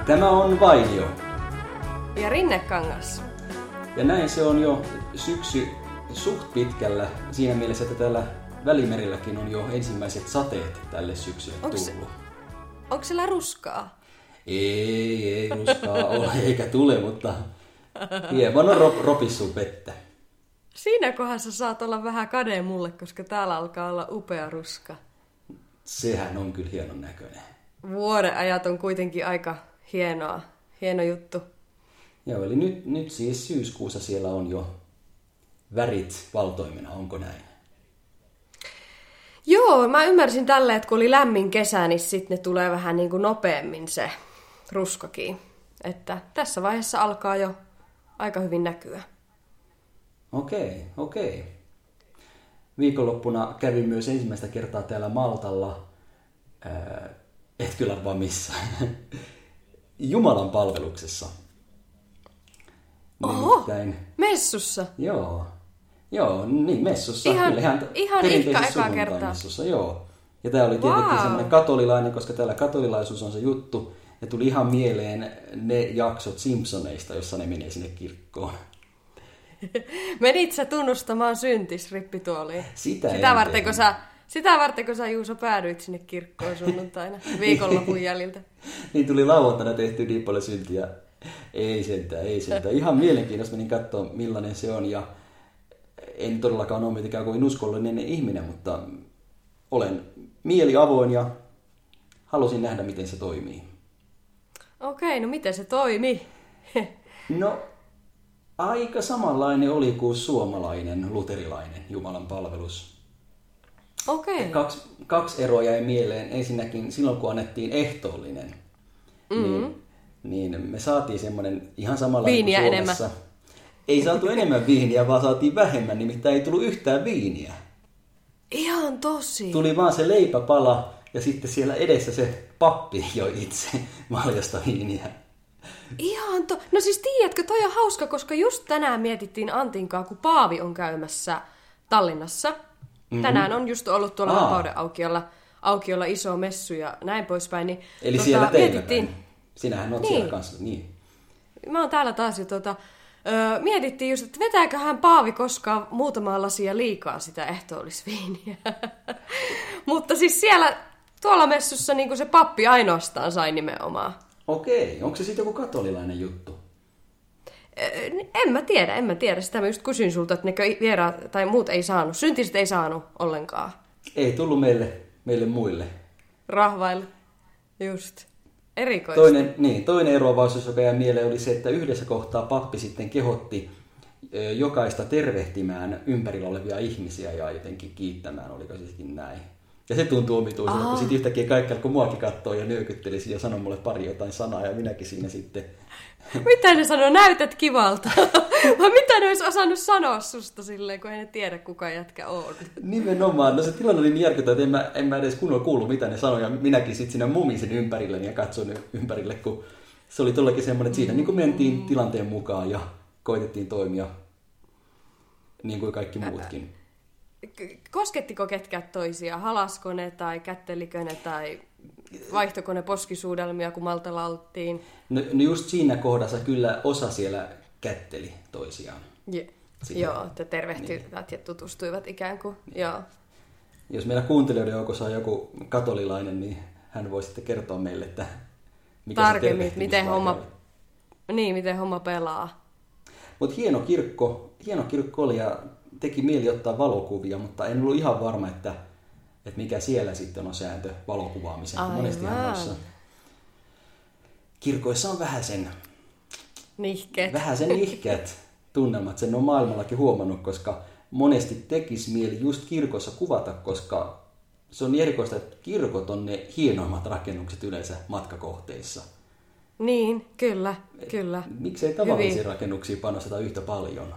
Tämä on Vainio. Ja Rinnekangas. Ja näin se on jo syksy suht pitkällä siinä mielessä, että täällä Välimerilläkin on jo ensimmäiset sateet tälle syksylle tullut. Onko siellä ruskaa? Ei ruskaa ole eikä tule, mutta hieman on ropissut vettä. Siinä kohdassa saat olla vähän kadeen mulle, koska täällä alkaa olla upea ruska. Sehän on kyllä hienon näköinen. Vuodenajat on kuitenkin aika hieno juttu. Joo, eli nyt siis syyskuussa siellä on jo värit valtoimena, onko näin? Joo, mä ymmärsin tälleen, että kun oli lämmin kesä, niin sitten ne tulee vähän niin kuin nopeammin se ruskakin. Että tässä vaiheessa alkaa jo aika hyvin näkyä. Okei. Viikonloppuna kävin myös ensimmäistä kertaa täällä Maltalla, et kyllä vaan missä, Jumalan palveluksessa. Oho, nimittäin, messussa? Joo, niin messussa. Ihan eka kertaa. Messussa, joo. Ja tää oli tietenkin semmoinen katolilainen, koska täällä katolilaisuus on se juttu. Ja tuli ihan mieleen ne jaksot Simpsoneista, jossa ne menee sinne kirkkoon. Menit sä tunnustamaan syntis rippituoliin? Sitä varten, kun sä Juuso päädyit sinne kirkkoon sunnuntaina viikonlopun jäljiltä. Niin tuli lauantaina tehty niin paljon syntiä. Ei sentään. Ihan mielenkiintoista menin katsoa, millainen se on. Ja en todellakaan ole mitenkään kovin uskollinen ihminen, mutta olen mieli avoin ja halusin nähdä, miten se toimii. Okei, no miten se toimi? No, aika samanlainen oli kuin suomalainen luterilainen Jumalan palvelus. Okei. Kaksi eroa jäi mieleen. Ensinnäkin silloin, kun annettiin ehtoollinen, niin me saatiin semmoinen ihan samanlainen kuin Suomessa. Enemmän. Ei saatu enemmän viiniä, vaan saatiin vähemmän, nimittäin ei tullut yhtään viiniä. Ihan tosi. Tuli vaan se leipäpala ja sitten siellä edessä se pappi joi itse maljasta viiniä. No siis tiedätkö, toi on hauska, koska just tänään mietittiin Antinkaan, kun Paavi on käymässä Tallinnassa. Mm-hmm. Tänään on just ollut tuolla Vapauden aukiolla iso messu ja näin poispäin. Niin, eli siellä teillä päin. Sinähän oot siellä kanssa. Niin. Mä oon täällä taas jo mietittiin just, että vetääköhän Paavi koskaan muutamaa lasia liikaa sitä ehtoollisviiniä. Mutta siis tuolla messussa niin se pappi ainoastaan sai nimenomaan. Okei, onko se sitten joku katolilainen juttu? En mä tiedä. Sitä mä just kysyin sulta, että nekö vieraat tai muut ei saanut. Syntiset ei saanut ollenkaan. Ei tullut meille muille. Rahvaille. Just. Erikoista. Toinen eroavaisuus, joka jäi mieleen, oli se, että yhdessä kohtaa pappi sitten kehotti jokaista tervehtimään ympärillä olevia ihmisiä ja jotenkin kiittämään, oliko se sitten näin. Ja se tuntuu omituiselta, kun sitten yhtäkkiä kaikki alkoi muakin katsoa ja nyökyttelisi ja sanoi mulle pari jotain sanaa ja minäkin siinä sitten. Mitä ne sanoi? Näytät kivalta. Vai mitä ne olisi osannut sanoa susta silleen, kun ei ne tiedä, kuka jätkä on? Nimenomaan. No se tilanne oli niin järkyttävä, että en mä edes kunnolla kuullut, mitä ne sanoi. Ja minäkin sitten siinä mumisin ympärilleni ja katsoin ympärille, kun se oli todellakin semmoinen, että siinä niin kuin mentiin tilanteen mukaan ja koitettiin toimia niin kuin kaikki muutkin. Koskettiko ketkään toisia? Halasko ne tai kättelikö ne tai vaihtoko ne poskisuudelmia, kun Maltalla oltiin? No just siinä kohdassa kyllä osa siellä kätteli toisiaan. Joo, että tervehtyivät ja tutustuivat ikään kuin. Joo. Jos meillä kuuntelijoiden joukossa on joku katolilainen, niin hän voi sitten kertoa meille, että mikä tarkemmin, se miten homma pelaa. Mutta hieno kirkko oli ja teki mieli ottaa valokuvia, mutta en ollut ihan varma, että mikä siellä sitten on sääntö valokuvaamiseen. Monestihan noissa kirkoissa on vähän sen nihkeät tunnelmat. Sen on maailmallakin huomannut, koska monesti tekisi mieli just kirkossa kuvata, koska se on niin erikoista, että kirkot on ne hienoimmat rakennukset yleensä matkakohteissa. Niin, kyllä. Miksei tavallisiin rakennuksiin panosteta yhtä paljon?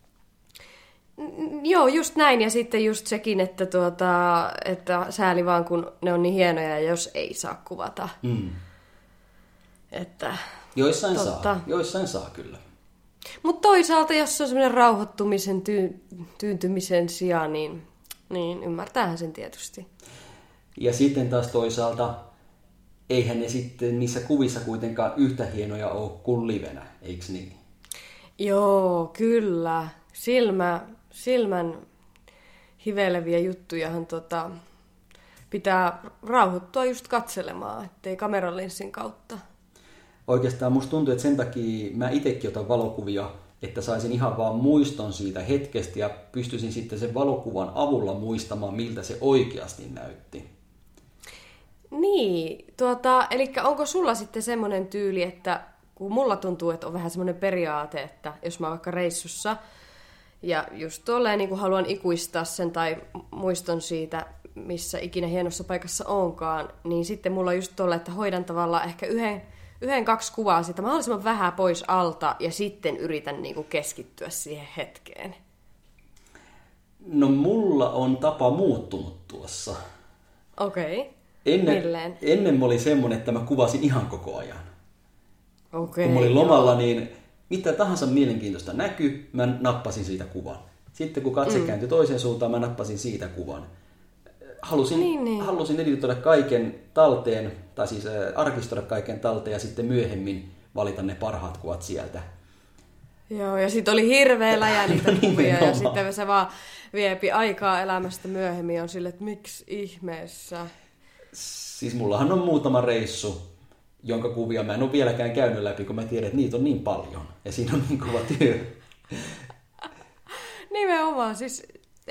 Joo, just näin. Ja sitten just sekin, että sääli vaan, kun ne on niin hienoja, ja jos ei saa kuvata. Että, joissain saa kyllä. Mutta toisaalta, jos on semmoinen rauhoittumisen, tyyntymisen sijaan, niin ymmärtäähän sen tietysti. Ja sitten taas toisaalta eihän ne sitten niissä kuvissa kuitenkaan yhtä hienoja ole kuin livenä, eikö niin? Joo, kyllä. Silmän hiveleviä juttujahan pitää rauhoittua just katselemaan, ettei kameralinssin kautta. Oikeastaan musta tuntuu, että sen takia mä itsekin otan valokuvia, että saisin ihan vaan muiston siitä hetkestä ja pystyisin sitten sen valokuvan avulla muistamaan, miltä se oikeasti näytti. Niin, eli onko sulla sitten semmoinen tyyli, että kun mulla tuntuu, että on vähän semmoinen periaate, että jos mä oon vaikka reissussa ja just tolleen niin kuin haluan ikuistaa sen tai muiston siitä, missä ikinä hienossa paikassa onkaan, niin sitten mulla on just tolle, että hoidan tavallaan ehkä yhden, kaksi kuvaa siitä mahdollisimman vähän pois alta ja sitten yritän niin kuin keskittyä siihen hetkeen. No mulla on tapa muuttunut tuossa. Okei. Ennen mä oli semmonen, että mä kuvasin ihan koko ajan. Okei. Kun mä olin lomalla, niin mitä tahansa mielenkiintoista näkyi, mä nappasin siitä kuvan. Sitten kun katse kääntyi toiseen suuntaan, mä nappasin siitä kuvan. Halusin editoida kaiken talteen, tai siis arkistoida kaiken talteen ja sitten myöhemmin valita ne parhaat kuvat sieltä. Joo, ja sitten oli hirveä läjä niitä kuvia, ja sitten se vaan viepi aikaa elämästä myöhemmin, on sille, että miksi ihmeessä. Siis mullahan on muutama reissu, jonka kuvia mä en ole vieläkään käynyt läpi, kun mä tiedän, että niitä on niin paljon, ja siinä on niin kova työ. Nimenomaan, siis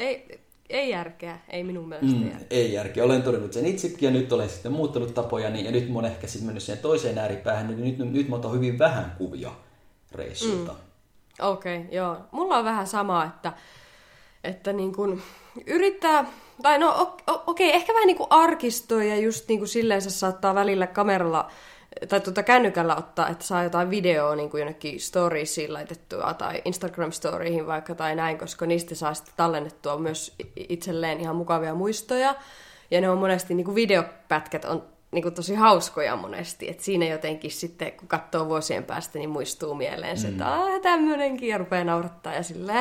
ei järkeä, ei minun mielestä järkeä. Ei järkeä, olen todennut sen itsekin, ja nyt olen sitten muuttanut tapojani, ja nyt mä oon ehkä sitten mennyt siihen toiseen ääripäähän, niin nyt mä otan hyvin vähän kuvia reissulta. Okei, joo. Mulla on vähän sama, että niin kuin yrittää, tai no okei, ehkä vähän niin kuin arkistoi, ja just niin kuin silleen se saattaa välillä kameralla tai kännykällä ottaa, että saa jotain videoa niin kuin jonnekin storiesiin laitettua tai Instagram-storyihin vaikka tai näin, koska niistä saa sitten tallennettua myös itselleen ihan mukavia muistoja. Ja ne on monesti, niin kuin videopätkät on niin kuin tosi hauskoja monesti, että siinä jotenkin sitten, kun katsoo vuosien päästä, niin muistuu mieleen se, että tämmöinenkin, ja rupeaa naurattaa ja silleen.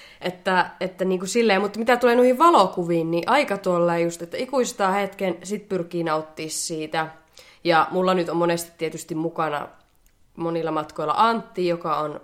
Että niin kuin silleen, mutta mitä tulee noihin valokuviin, niin aika tuolla just, että ikuistaa hetken, sit pyrkii nauttimaan siitä. Ja mulla nyt on monesti tietysti mukana monilla matkoilla Antti, joka on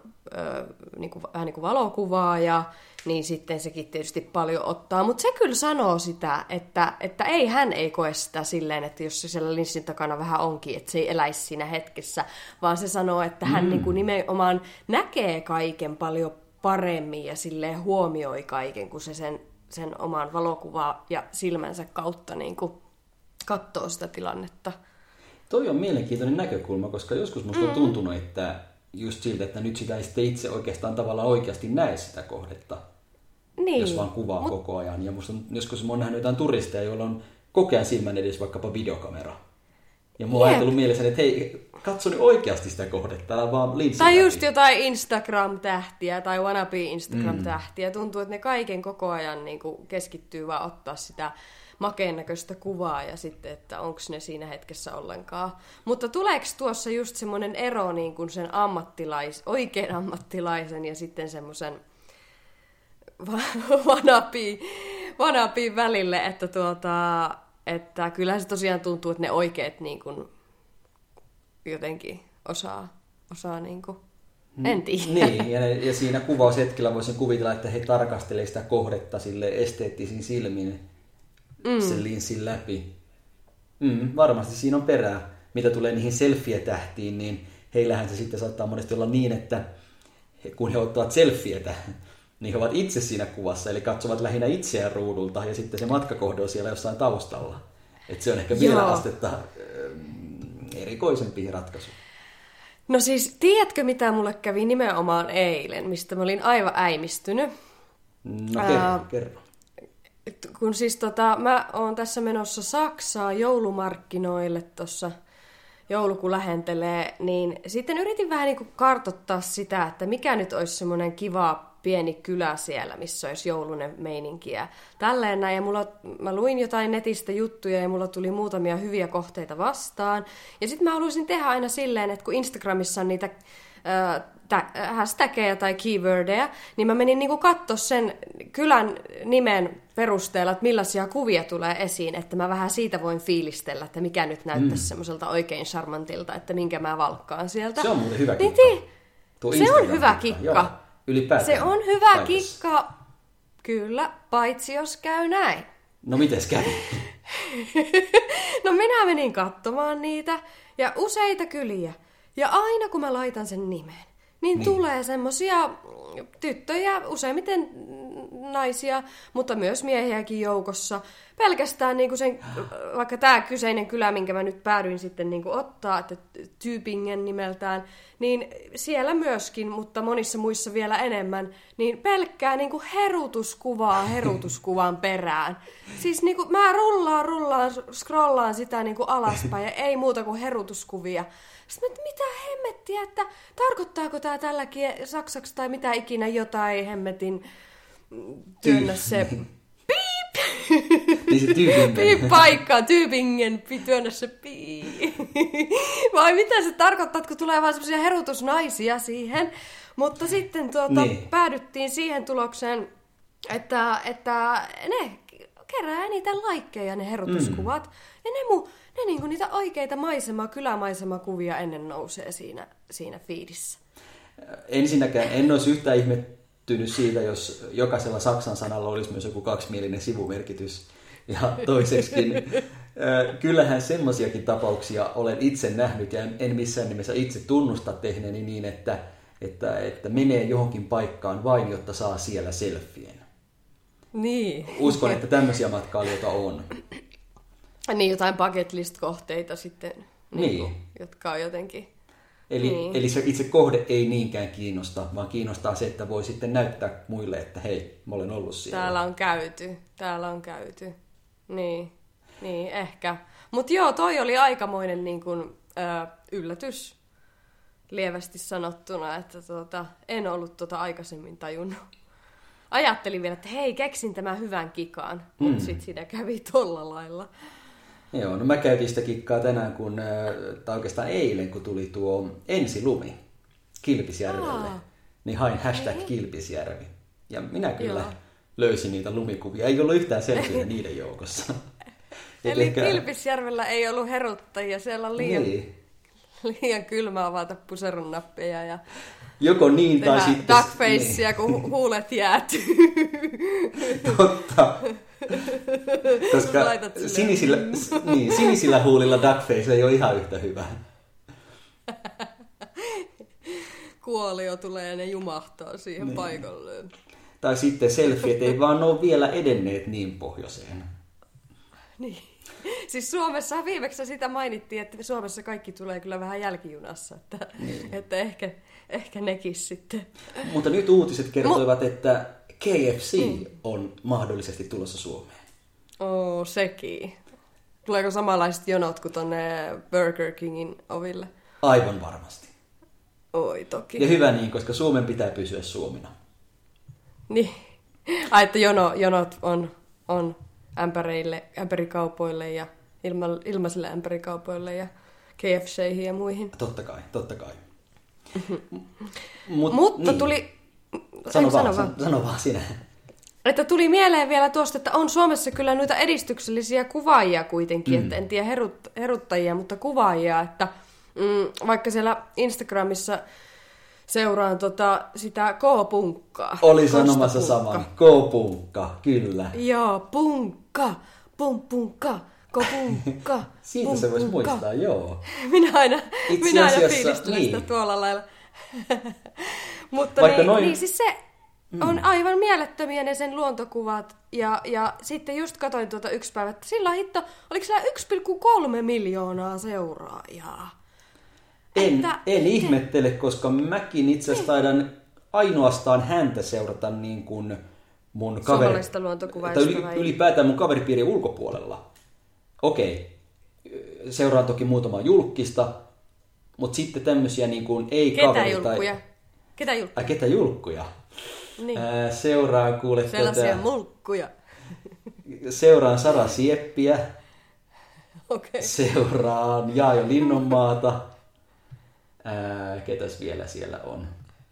vähän niin kuin valokuvaaja, niin sitten sekin tietysti paljon ottaa. Mutta se kyllä sanoo sitä, että hän ei koe sitä silleen, että jos se siellä linssin takana vähän onkin, että se ei eläisi siinä hetkessä, vaan se sanoo, että hän niin kuin nimenomaan näkee kaiken paljon paremmin ja silleen huomioi kaiken, kun se sen oman valokuvaa ja silmänsä kautta niin kuin katsoo sitä tilannetta. Toi on mielenkiintoinen näkökulma, koska joskus musta on tuntunut, että just siltä, että nyt sitä ei sitten itse oikeastaan tavallaan oikeasti näe sitä kohdetta, niin, jos vaan kuvaa koko ajan. Ja musta joskus mä oon nähnyt jotain turisteja, joilla on koko ajan silmän edessä vaikkapa videokamera. Ja mulla on ajatellut mielessäni, että hei, katso nyt oikeasti sitä kohdetta, älä vaan linssin tai just jotain Instagram-tähtiä tai wannabe Instagram-tähtiä. Tuntuu, että ne kaiken koko ajan niin kuin keskittyy vaan ottaa sitä makeen näköistä kuvaa ja sitten, että onko ne siinä hetkessä ollenkaan. Mutta tuleeko tuossa just semmoinen ero niin kuin sen oikean ammattilaisen ja sitten semmoisen wannabe välille, että kyllähän se tosiaan tuntuu, että ne oikeat niin kuin jotenkin osaa niin kuin, en tiedä. Niin, ja siinä kuvaushetkellä voisin kuvitella, että he tarkastelee sitä kohdetta sille esteettisin silmin sen linssin läpi. Varmasti siinä on perää. Mitä tulee niihin selfie-tähtiin, niin heillähän se sitten saattaa monesti olla niin, että kun he ottavat selfietä, niin he ovat itse siinä kuvassa, eli katsovat lähinnä itseään ruudulta, ja sitten se matkakohde on siellä jossain taustalla. Että se on ehkä vielä astetta erikoisempi ratkaisu. No siis, tiedätkö mitä mulle kävi nimenomaan eilen, mistä mä olin aivan äimistynyt? No kerro. Kun siis mä oon tässä menossa Saksaan joulumarkkinoille tuossa joulukuun lähentelee, niin sitten yritin vähän niin kuin kartoittaa sitä, että mikä nyt olisi semmoinen kiva pieni kylä siellä, missä olisi joulunen meininkiä. Tälleen näin, ja mä luin jotain netistä juttuja, ja mulla tuli muutamia hyviä kohteita vastaan. Ja sitten mä haluaisin tehdä aina silleen, että kun Instagramissa on niitä hashtageja tai keywordeja, niin mä menin niinku katsoa sen kylän nimen perusteella, että millaisia kuvia tulee esiin, että mä vähän siitä voin fiilistellä, että mikä nyt näyttäisi semmoiselta oikein charmantilta, että minkä mä valkkaan sieltä. Se on muuten hyvä niin, kikka. Se on hyvä kikka. Joo, ylipäätään. Se on hyvä kikka, kyllä, paitsi jos käy näin. No mites kävi? No minä menin katsomaan niitä ja useita kyliä. Ja aina kun mä laitan sen nimen, niin tulee semmosia tyttöjä, useimmiten naisia, mutta myös miehiäkin joukossa. Pelkästään niinku sen, vaikka tämä kyseinen kylä, minkä mä nyt päädyin sitten niinku ottaa, että Tübingen nimeltään, niin siellä myöskin, mutta monissa muissa vielä enemmän, niin pelkkää niinku herutuskuvan perään. Siis niinku mä rullaan, scrollaan sitä niinku alaspäin ja ei muuta kuin herutuskuvia. Sitten mä, mitä hemmettiä, että tarkoittaako tää tälläkin saksaksi tai mitä ikinä jotain hemmetin työnnä se piip. Niin se Tübingen. Piip paikkaa, Tübingen, työnnä se piip. Vai mitä se tarkoittaa, kun tulee vaan semmoisia herutusnaisia siihen. Mutta sitten päädyttiin siihen tulokseen, että ne kerää niitä laikkeja, ne herutuskuvat. Ja ne niinku niitä oikeita kylämaisemakuvia ennen nousee siinä feedissä. Ensinnäkään en olisi yhtään ihmettynyt siitä, jos jokaisella saksan sanalla olisi myös joku kaksimielinen sivumerkitys. Ja toiseksikin, kyllähän semmoisiakin tapauksia olen itse nähnyt ja en missään nimessä itse tunnusta tehneeni niin, että menee johonkin paikkaan vain, jotta saa siellä selfien. Niin. Uskon, että tämmöisiä matkailijoita on. Niin, jotain bucket list-kohteita sitten, jotka on jotenkin... Eli se itse kohde ei niinkään kiinnosta, vaan kiinnostaa se, että voi sitten näyttää muille, että hei, mä olen ollut siellä. Täällä on käyty. Niin, ehkä. Mutta joo, toi oli aikamoinen niin kun, yllätys lievästi sanottuna, että en ollut aikaisemmin tajunnut. Ajattelin vielä, että hei, keksin tämän hyvän kikaan, mutta sitten siinä kävi tolla lailla. Joo, no mä käytin sitä kikkaa tänään, tai oikeastaan eilen, kun tuli tuo ensilumi Kilpisjärvelle. Niin hain #Kilpisjärvi. Ja minä kyllä löysin niitä lumikuvia. Ei ollut yhtään selviä niiden joukossa. Eli Kilpisjärvellä ei ollut heruttajia. Siellä on liian kylmää avata puserun nappeja ja joko niin tai sitten... duckfacea, kun huulet jäätyy. Totta. Koska sinisillä huulilla duckface ei ole ihan yhtä hyvä. Kuolio tulee ja ne jumahtaa siihen paikalleen. Tai sitten selfiet ei vaan ole vielä edenneet niin pohjoiseen. Niin. Siis Suomessa viimeksi sitä mainittiin, että Suomessa kaikki tulee kyllä vähän jälkijunassa, että ehkä nekin sitten. Mutta nyt uutiset kertoivat, että KFC on mahdollisesti tulossa Suomeen. Sekin. Tuleeko samanlaiset jonot kuin tuonne Burger Kingin oville? Aivan varmasti. Oi toki. Ja hyvä niin, koska Suomen pitää pysyä Suomina. Niin. Että jonot on ämpärikaupoille ja ilmaisille ämpärikaupoille ja KFCihin ja muihin. Totta kai. Mutta tuli... Sano vaan sinä. Että tuli mieleen vielä tuosta, että on Suomessa kyllä noita edistyksellisiä kuvaajia kuitenkin, että en tiedä heruttajia, mutta kuvaajia, että vaikka siellä Instagramissa seuraan sitä K-punkkaa. Oli sanomassa saman. K-punkka, kyllä. Joo, punkka, punkka, K-punkka. Siitä se voisi muistaa, joo. Minä aina fiilistelen sitä tuolla lailla. Mutta niin siis se on aivan mielettömiä ne sen luontokuvat. Ja sitten just katsoin yksi päivä, että sillä hitto, oliko siellä 1,3 miljoonaa seuraajaa? En ihmettele, koska mäkin itse asiassa taidan ainoastaan häntä seurata niin kuin mun suomalaista luontokuvaystävää. Ylipäätään mun kaveripiirin ulkopuolella. Okei, seuraan toki muutama julkkista, mutta sitten tämmöisiä niin kuin ei-kavereita. Ketä julkkuja? Niin. Seuraan kuule sellaisia mulkkuja. Seuraan Sara Sieppiä. Okay. Seuraan Jaajo Linnonmaata. Ketäs vielä siellä on?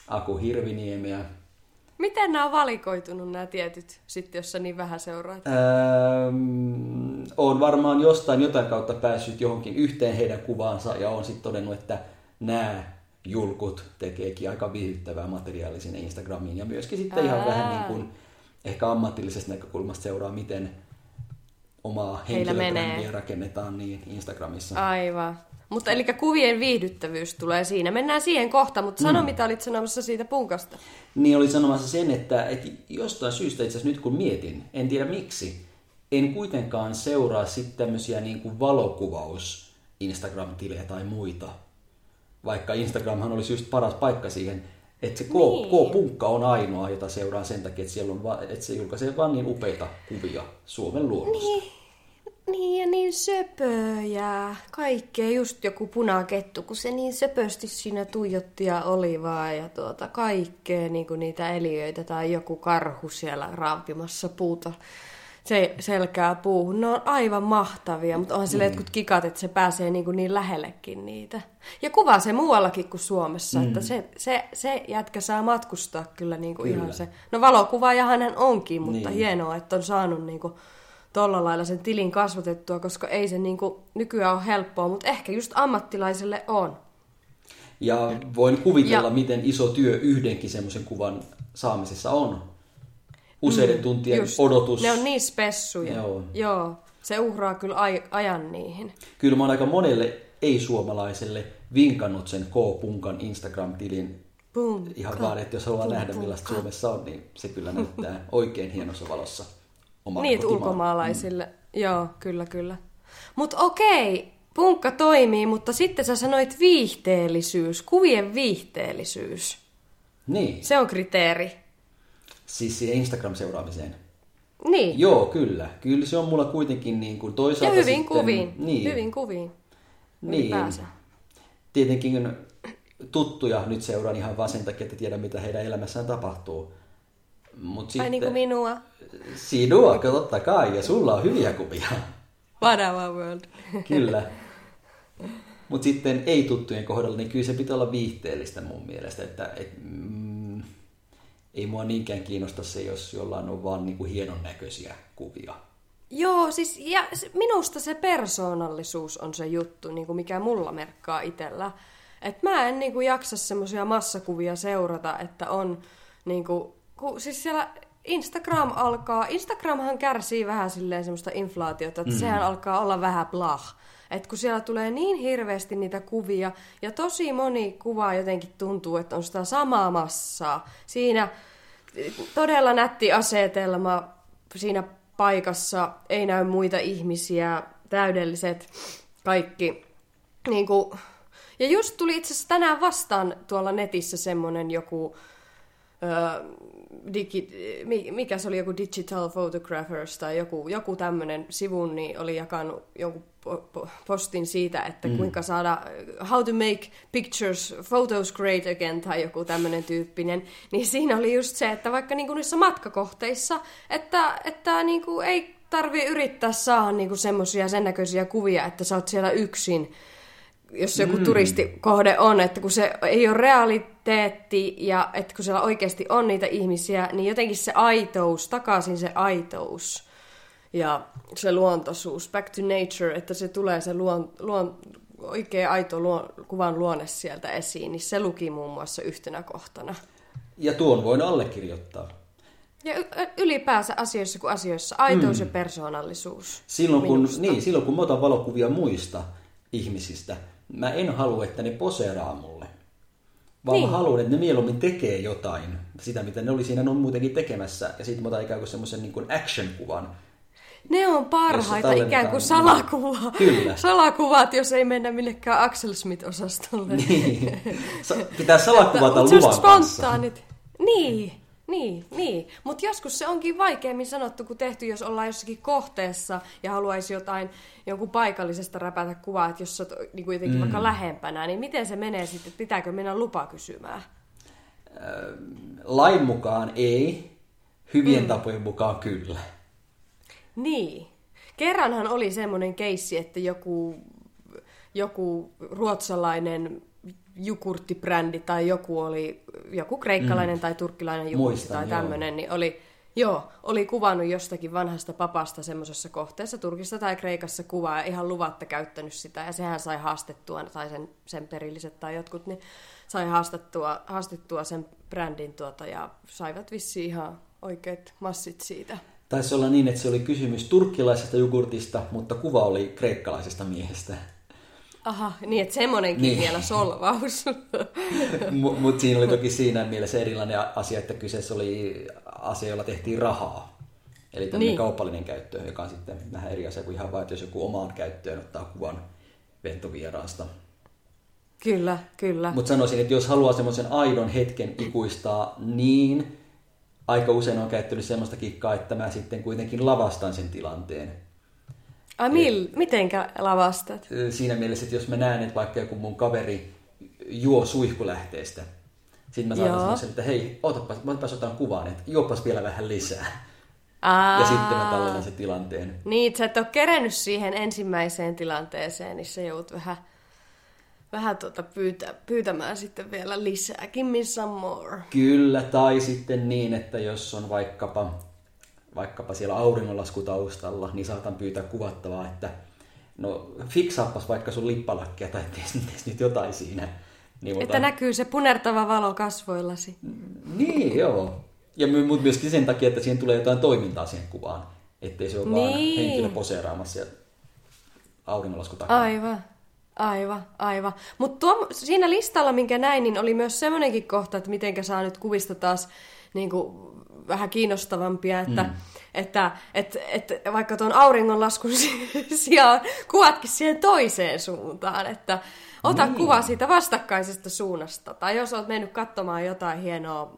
Aku Hirviniemeä. Miten nämä on valikoitunut nämä tietyt, sitten jos sä niin vähän seuraat? Olen varmaan jotain kautta päässyt johonkin yhteen heidän kuvaansa ja olen sitten todennut, että nämä julkut tekeekin aika viihdyttävää materiaalia sinne Instagramiin ja myöskin sitten ihan vähän niin kuin ehkä ammatillisesta näkökulmasta seuraa, miten omaa henkilöbrändiä rakennetaan niin Instagramissa. Aivan. Mutta eli kuvien viihdyttävyys tulee siinä. Mennään siihen kohta, mutta sano mitä olit sanomassa siitä punkasta. Niin oli sanomassa sen, että jostain syystä itse asiassa nyt kun mietin, en tiedä miksi, en kuitenkaan seuraa sitten tämmöisiä niin kuin valokuvaus Instagram-tilejä tai muita. Vaikka Instagramhan olisi just paras paikka siihen, että se K-punkka on ainoa, jota seuraa sen takia, että, siellä on että se julkaisee vaan niin upeita kuvia Suomen luonnosta. Niin ja niin söpöjä. Kaikkea just joku punakettu, kun se niin söpösti siinä tuijotti ja oli vaan. Ja kaikkea niin kuin niitä eliöitä tai joku karhu siellä raapimassa puuta selkää puuhun. Ne on aivan mahtavia, mutta onhan sille jotkut kikat, että se pääsee niin lähellekin niitä. Ja kuvaa se muuallakin kuin Suomessa, että se jätkä saa matkustaa kyllä, niin kuin ihan se. No valokuvaajahan hän onkin, mutta hienoa, että on saanut niin kuin tolla lailla sen tilin kasvatettua, koska ei se niin kuin nykyään ole helppoa, mutta ehkä just ammattilaiselle on. Ja voin kuvitella, miten iso työ yhdenkin semmoisen kuvan saamisessa on. Useiden tuntien odotus. Ne on niin spessuja. Joo. Se uhraa kyllä ajan niihin. Kyllä mä oon aika monelle ei-suomalaiselle vinkannut sen K-punkan Instagram-tilin. Ihan vaan, että jos haluaa nähdä millaista Suomessa on, niin se kyllä näyttää oikein hienossa valossa. Niin, ulkomaalaisille. Joo, kyllä. Mutta okei, punkka toimii, mutta sitten sä sanoit viihteellisyys, kuvien viihteellisyys. Niin. Se on kriteeri. Siis siihen Instagram-seuraamiseen. Niin. Joo, kyllä. Kyllä se on mulla kuitenkin niin kuin toisaalta ja hyvin sitten... kuviin. Niin. Hyvin kuviin. Niin. Tietenkin tuttuja nyt seuraan ihan vaan sen takia, että tiedän, mitä heidän elämässään tapahtuu. Mut sitten... niin kuin minua. Sinua, totta kai. Ja sulla on hyviä kuvia. Whatever world. Kyllä. Mutta sitten ei-tuttujen kohdalla, niin kyllä se pitää olla viihteellistä mun mielestä. Ei mua niinkään kiinnosta se, jos jollain on vaan niinku hienon näköisiä kuvia. Joo, siis ja minusta se persoonallisuus on se juttu, niinku mikä mulla merkkaa itsellä. Et mä en niinku jaksa semmoisia massakuvia seurata, että on niinku, siis siellä Instagramhan kärsii vähän silleen semmoista inflaatiota, että sehän alkaa olla vähän blah. Että kun siellä tulee niin hirveästi niitä kuvia, ja tosi moni kuva jotenkin tuntuu, että on sitä samaa massaa. Siinä todella nätti asetelma siinä paikassa, ei näy muita ihmisiä, täydelliset kaikki. Niin kuin, ja just tuli itse asiassa tänään vastaan tuolla netissä semmoinen joku... mikä se oli, joku Digital Photographers tai joku tämmöinen sivu, niin oli jakanut jonkun postin siitä, että kuinka saada how to make pictures, photos great again tai joku tämmöinen tyyppinen. Niin siinä oli just se, että vaikka niinku niissä matkakohteissa, että niinku ei tarvitse yrittää saada niinku semmoisia sen näköisiä kuvia, että sä oot siellä yksin, jos joku turistikohde on, että kun se ei ole realiteetti ja että kun siellä oikeasti on niitä ihmisiä, niin jotenkin se aitous, takaisin se aitous ja se luontoisuus, back to nature, että se tulee se oikea aito kuvan luonne sieltä esiin, niin se luki muun muassa yhtenä kohtana. Ja tuon voin allekirjoittaa. Ja ylipäänsä asioissa kuin asioissa, aitous ja persoonallisuus. Silloin kun mä otan valokuvia muista ihmisistä, mä en halua, että ne poseeraa mulle. Vaan mä haluan, että ne mieluummin tekee jotain, sitä mitä ne oli siinä muutenkin tekemässä, ja sitten mä otan ikään kuin semmoisen niin kuin action-kuvan. Ne on parhaita, ikään kuin salakuva. Kyllä. Salakuvat, jos ei mennä millekään Axel Smith-osastolle. Niin. Pitää salakuvata luvan kanssa. Niin. Mutta joskus se onkin vaikeammin sanottu kuin tehty, jos ollaan jossakin kohteessa ja haluaisi jonkun paikallisesta räpätä kuvaa, että jos olet niin jotenkin vaikka lähempänä, niin miten se menee sitten? Pitääkö mennä lupa kysymään? Lain mukaan ei, hyvien tapojen mukaan kyllä. Niin. Kerranhan oli semmoinen keissi, että joku ruotsalainen jogurttibrändi tai joku kreikkalainen tai turkkilainen jogurtti tai tämmöinen, niin oli kuvannut jostakin vanhasta papasta semmoisessa kohteessa Turkissa tai Kreikassa kuvaa ja ihan luvatta käyttänyt sitä. Ja sehän sai haastettua, tai sen perilliset tai jotkut, niin sai haastettua sen brändin ja saivat vissiin ihan oikeat massit siitä. Taisi olla niin, että se oli kysymys turkkilaisesta jogurtista, mutta kuva oli kreikkalaisesta miehestä. Aha, niin että semmoinenkin vielä solvaus. Mutta siinä oli toki siinä mielessä erilainen asia, että kyseessä oli asia, jolla tehtiin rahaa. Eli tämmöinen kaupallinen käyttö, joka on sitten vähän eri asia kuin ihan vaan, että jos joku omaan käyttöön ottaa kuvan ventovieraasta. Kyllä, kyllä. Mutta sanoisin, että jos haluaa semmoisen aidon hetken ikuistaa, niin aika usein on käyttänyt semmoista kikkaa, että mä sitten kuitenkin lavastan sen tilanteen. Mitenkä lavastat? Siinä mielessä, että jos mä näen, että vaikka joku mun kaveri juo suihkulähteestä, sitten mä saatan semmoisen, että hei, otapas otan kuvaan, että juopas vielä vähän lisää. Ja sitten mä tallennan sen tilanteen. Niin, että sä et ole kerennyt siihen ensimmäiseen tilanteeseen, niin sä joudut vähän pyytämään sitten vielä lisää. Give me some more. Kyllä, tai sitten niin, että jos on vaikkapa siellä auringonlaskutaustalla, niin saatan pyytää kuvattavaa, että no fiksaappas vaikka sun lippalakkia tai tees nyt jotain siinä. Niin, että näkyy se punertava valo kasvoillasi. Niin, joo. Ja myöskin sen takia, että siihen tulee jotain toimintaa siihen kuvaan. Ettei se ole vaan henkilö poseeraamassa auringonlasku takana. Aivan. Mutta siinä listalla, minkä näin, niin oli myös semmoinenkin kohta, että mitenkä saa nyt kuvista taas niinku vähän kiinnostavampia, että vaikka tuon auringonlaskun sijaan kuvatkin siihen toiseen suuntaan, että ota kuva siitä vastakkaisesta suunnasta. Tai jos olet mennyt katsomaan jotain hienoa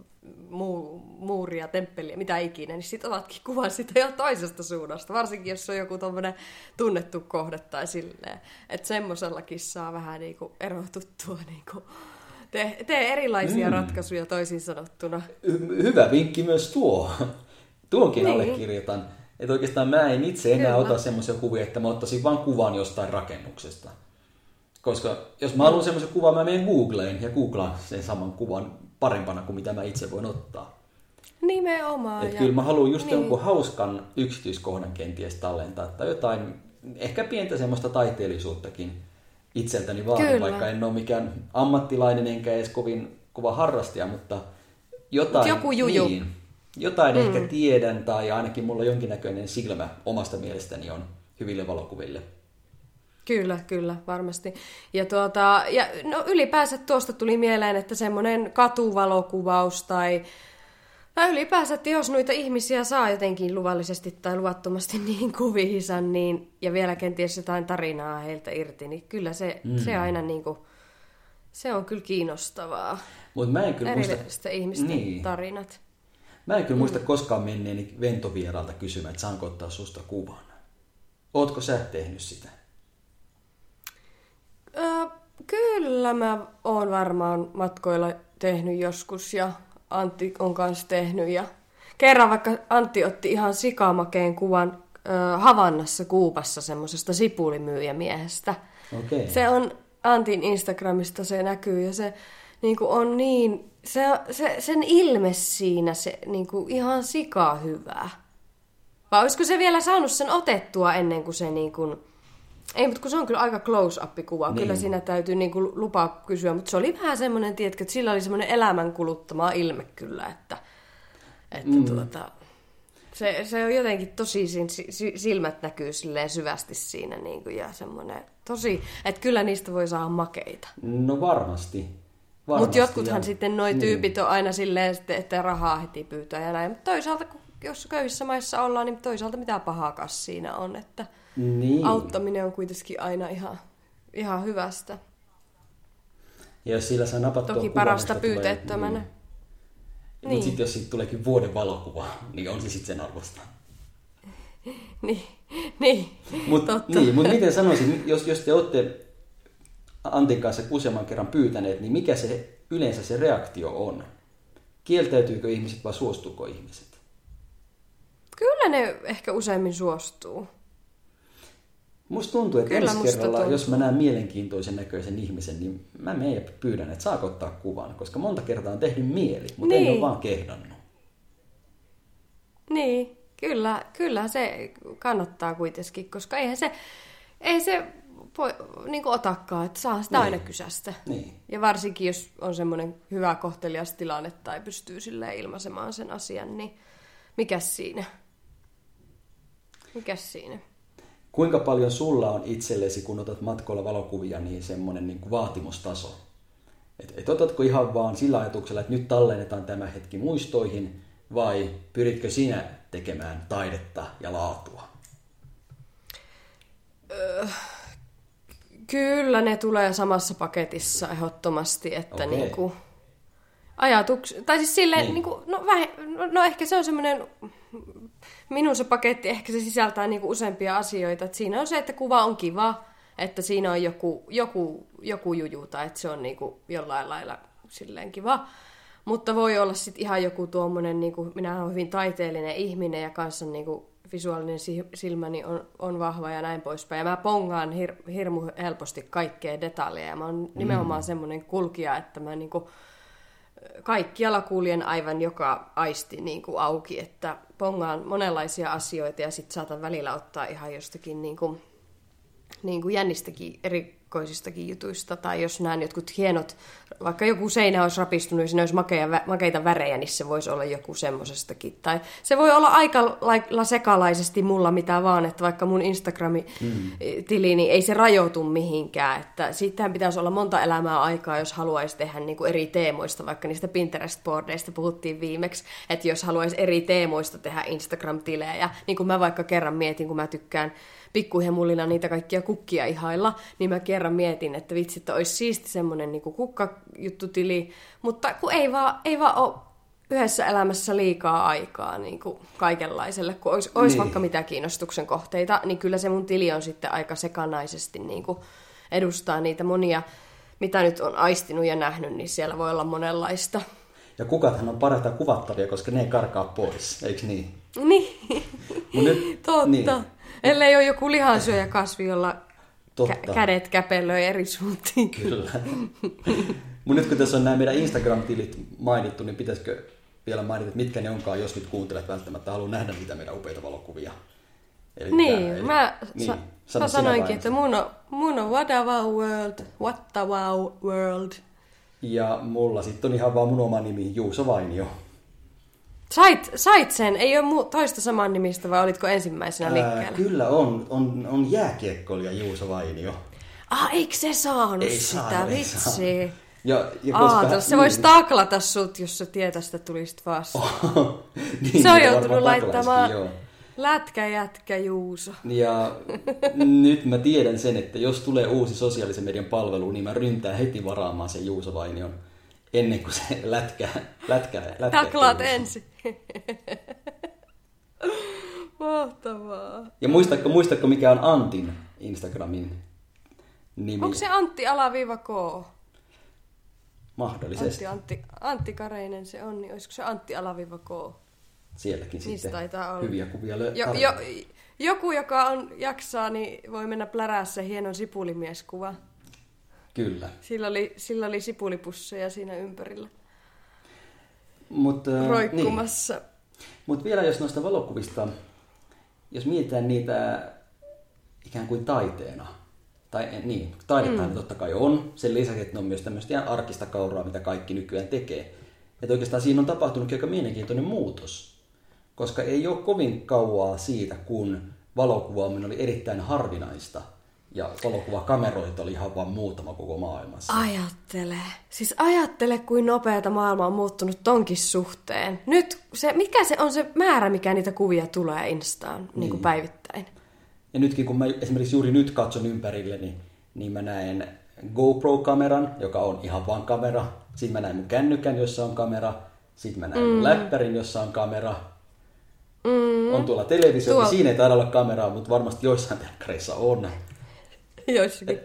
muuria, temppeliä, mitä ikinä, niin sitten otatkin kuvan siitä jo toisesta suunnasta. Varsinkin, jos on joku tommoinen tunnettu kohde tai silleen. Että semmoisellakin saa vähän niinku erotuttua. Niinku. Tee erilaisia ratkaisuja toisin sanottuna. Hyvä vinkki myös tuo. Tuonkin allekirjoitan. Että oikeastaan mä en itse enää ota semmoisia kuvia, että mä ottaisin vain kuvan jostain rakennuksesta. Koska jos mä haluan semmoisen kuvan, mä menen Googleen ja googlaan sen saman kuvan parempana kuin mitä mä itse voin ottaa. Nimenomaan. Että kyllä mä haluan just jonkun hauskan yksityiskohdan kenties tallentaa tai jotain, ehkä pientä semmoista taiteellisuuttakin itseltäni vaadin, vaikka en ole mikään ammattilainen enkä edes kovin kova harrastaja, mutta jotain, joku juju. Jotain ehkä tiedän tai ainakin mulla jonkinnäköinen silmä omasta mielestäni on hyville valokuville. Kyllä, varmasti. Ja ylipäänsä tuosta tuli mieleen, että semmoinen katuvalokuvaus tai ylipäänsä, että jos noita ihmisiä saa jotenkin luvallisesti tai luvattomasti niin kuviinsa, niin, ja vielä kenties jotain tarinaa heiltä irti, niin kyllä se aina niinku, se on kyllä kiinnostavaa. Mut mä en kyllä muista ihmisten tarinat. Mä en kyllä muista koskaan menneeni ventovieraalta kysymään, että saanko ottaa susta kuvan. Ootko sä tehnyt sitä? Kyllä mä oon varmaan matkoilla tehnyt joskus ja Antti on kanssa tehnyt. Ja kerran vaikka Antti otti ihan sikamakeen kuvan Havannassa Kuubassa semmosesta sipulimyyjämiehestä. Okay. Se on Antin Instagramista, se näkyy ja se niinku on niin, sen ilme siinä se niinku ihan sikaa hyvää. Vai olisiko se vielä saanut sen otettua ennen kuin se niinku... Ei, mutta kun se on kyllä aika close-up-kuva. Niin. Kyllä siinä täytyy niinku lupaa kysyä, mutta se oli vähän semmoinen, tiedätkö, että sillä oli semmoinen elämänkuluttama ilme kyllä, että se on jotenkin tosi, silmät näkyy silleen syvästi siinä niinku, ja semmoinen tosi, että kyllä niistä voi saada makeita. No varmasti. Mutta jotkuthan sitten noi tyypit on aina silleen, että rahaa heti pyytää ja näin. Mutta toisaalta, jos köyhissä maissa ollaan, niin toisaalta mitä pahaakaan siinä on, että... Niin. Auttaminen on kuitenkin aina ihan hyvästä. Ja jos sillä saa napattua toki parasta pyyteettömänä. Niin. Mutta sitten jos siitä tuleekin vuoden valokuva, niin on se sitten sen arvosta. niin. Mutta miten sanoisin, jos te olette Antin kanssa useamman kerran pyytäneet, niin mikä se yleensä se reaktio on? Kieltäytyykö ihmiset vai suostuuko ihmiset? Kyllä ne ehkä useimmin suostuu. Musta tuntuu, että Kyllä ensi musta kerralla, tuntuu. jos mä näen mielenkiintoisen näköisen ihmisen, niin mä menen ja pyydän, että saako ottaa kuvan. Koska monta kertaa on tehnyt mieli, mutta en Niin. ole vaan kehdannut. Niin, kyllä se kannattaa kuitenkin, koska ei se voi niin kuin otakaan, että saa sitä aina kysästä. Niin. Ja varsinkin, jos on semmoinen hyvä kohtelias tilanne tai pystyy silleen ilmaisemaan sen asian, niin mikäs siinä? Kuinka paljon sulla on itsellesi, kun otat matkoilla valokuvia, niin semmoinen niin kuin vaatimustaso? Et otatko ihan vaan sillä ajatuksella, että nyt tallennetaan tämä hetki muistoihin, vai pyritkö sinä tekemään taidetta ja laatua? Kyllä ne tulee samassa paketissa ehdottomasti, että Okei. niinku tai siis silleen, Niin. niinku, no ehkä se on semmoinen, minun se paketti ehkä se sisältää niinku useampia asioita, että siinä on se, että kuva on kiva, että siinä on joku juju tai että se on niinku jollain lailla silleen kiva, mutta voi olla sitten ihan joku tuommoinen, niinku, minä olen hyvin taiteellinen ihminen ja kanssa niinku visuaalinen silmäni on vahva ja näin poispäin. Ja mä pongaan hirmu helposti kaikkea detaljeja. Mä oon nimenomaan semmoinen kulkija, että mä niinku kaikkialla kuljen aivan joka aisti niinku auki, että pongaan monenlaisia asioita ja sitten saatan välillä ottaa ihan jostakin niinku jännistäkin erikoisistakin jutuista. Tai jos näen jotkut hienot, vaikka joku seinä olisi rapistunut ja siinä olisi makeita värejä, niin se voisi olla joku semmosestakin. Tai se voi olla aika lailla sekalaisesti mulla mitä vaan, että vaikka mun Instagram-tili, niin ei se rajoitu mihinkään. Että siitähän pitäisi olla monta elämää aikaa, jos haluaisi tehdä niinku eri teemoista, vaikka niistä Pinterest-boardeista puhuttiin viimeksi, että jos haluaisi eri teemoista tehdä Instagram-tilejä, niin kuin mä vaikka kerran mietin, kun mä tykkään pikkuhemullina niitä kaikkia kukkia ihailla, niin mä kerran mietin, että vitsi, että olisi siisti semmoinen niin kukkajuttutili, mutta kun ei vaan ole yhdessä elämässä liikaa aikaa niin kuin kaikenlaiselle, kun olisi Niin. vaikka mitä kiinnostuksen kohteita, niin kyllä se mun tili on sitten aika sekanaisesti niin kuin edustaa niitä monia, mitä nyt on aistinut ja nähnyt, niin siellä voi olla monenlaista. Ja kukathan on parhaita kuvattavia, koska ne ei karkaa pois, eikö niin? Niin, Mut nyt, totta. Niin, Ellei ole joku lihansyöjäkasvi, jolla totta. kädet käpelöi eri suuntiin. Kyllä. Mutta nyt kun tässä on nämä meidän Instagram-tilit mainittu, niin pitäisikö vielä mainita, että mitkä ne onkaan, jos nyt kuuntelet välttämättä, haluaa nähdä niitä meidän upeita valokuvia. Niin, mä sano sinä sanoinkin, vain. että mun on What the Wow World. Ja mulla sitten on ihan vaan mun oma nimi, Juuso Vainio. Sait sen, ei ole toista saman nimistä, vai olitko ensimmäisenä liikkeellä? Kyllä on jääkiekkoilija Juuso Vainio. Eikö se saanut Ei sitä, saanut, ei vitsi? saanut. Ja koska, Se voisi taklata sut, jos sä tietäisi, että tulisit vastaan. niin, Se on niitä joutunut varmaan laittamaan taklaisikin, joo. lätkä Juuso. Ja nyt mä tiedän sen, että jos tulee uusi sosiaalisen median palvelu, niin mä ryntään heti varaamaan sen Juuso Vainion ennen kuin se lätkä Taklaat ensin. Mahtavaa. Ja muistatko mikä on Antin Instagramin nimi? Onko se Antti-K? Mahdollisesti. Antti Kareinen se on, niin olisiko se Antti-K? Sielläkin Niistä sitten taitaa olla. hyviä kuvia Joku, joka jaksaa, niin voi mennä plärää se hienon sipulimieskuva. Kyllä. Sillä oli sipulipusseja siinä ympärillä Mutta roikkumassa. Niin. Mut vielä jos noista valokuvista, jos mietitään niitä ikään kuin taiteena, tai niin, taidetaan totta kai on, sen lisäksi, että ne on myös tämmöistä ihan arkista kauraa, mitä kaikki nykyään tekee. Että oikeastaan siinä on tapahtunut aika mielenkiintoinen muutos, koska ei ole kovin kauaa siitä, kun valokuvaaminen oli erittäin harvinaista, ja valokuvakameroita oli ihan vain muutama koko maailmassa. Ajattele, kuin nopeata maailma on muuttunut tonkin suhteen. Nyt, mikä se on se määrä, mikä niitä kuvia tulee Instaan niin kuin päivittäin? Ja nytkin, kun mä esimerkiksi juuri nyt katson ympärilleni, niin mä näen GoPro-kameran, joka on ihan vaan kamera. Sitten mä näen mun kännykän, jossa on kamera. Sitten mä näen mun läppärin, jossa on kamera. On tuolla televisio, niin siinä ei taida olla kameraa, mutta varmasti joissain telkkareissa on. Joissakin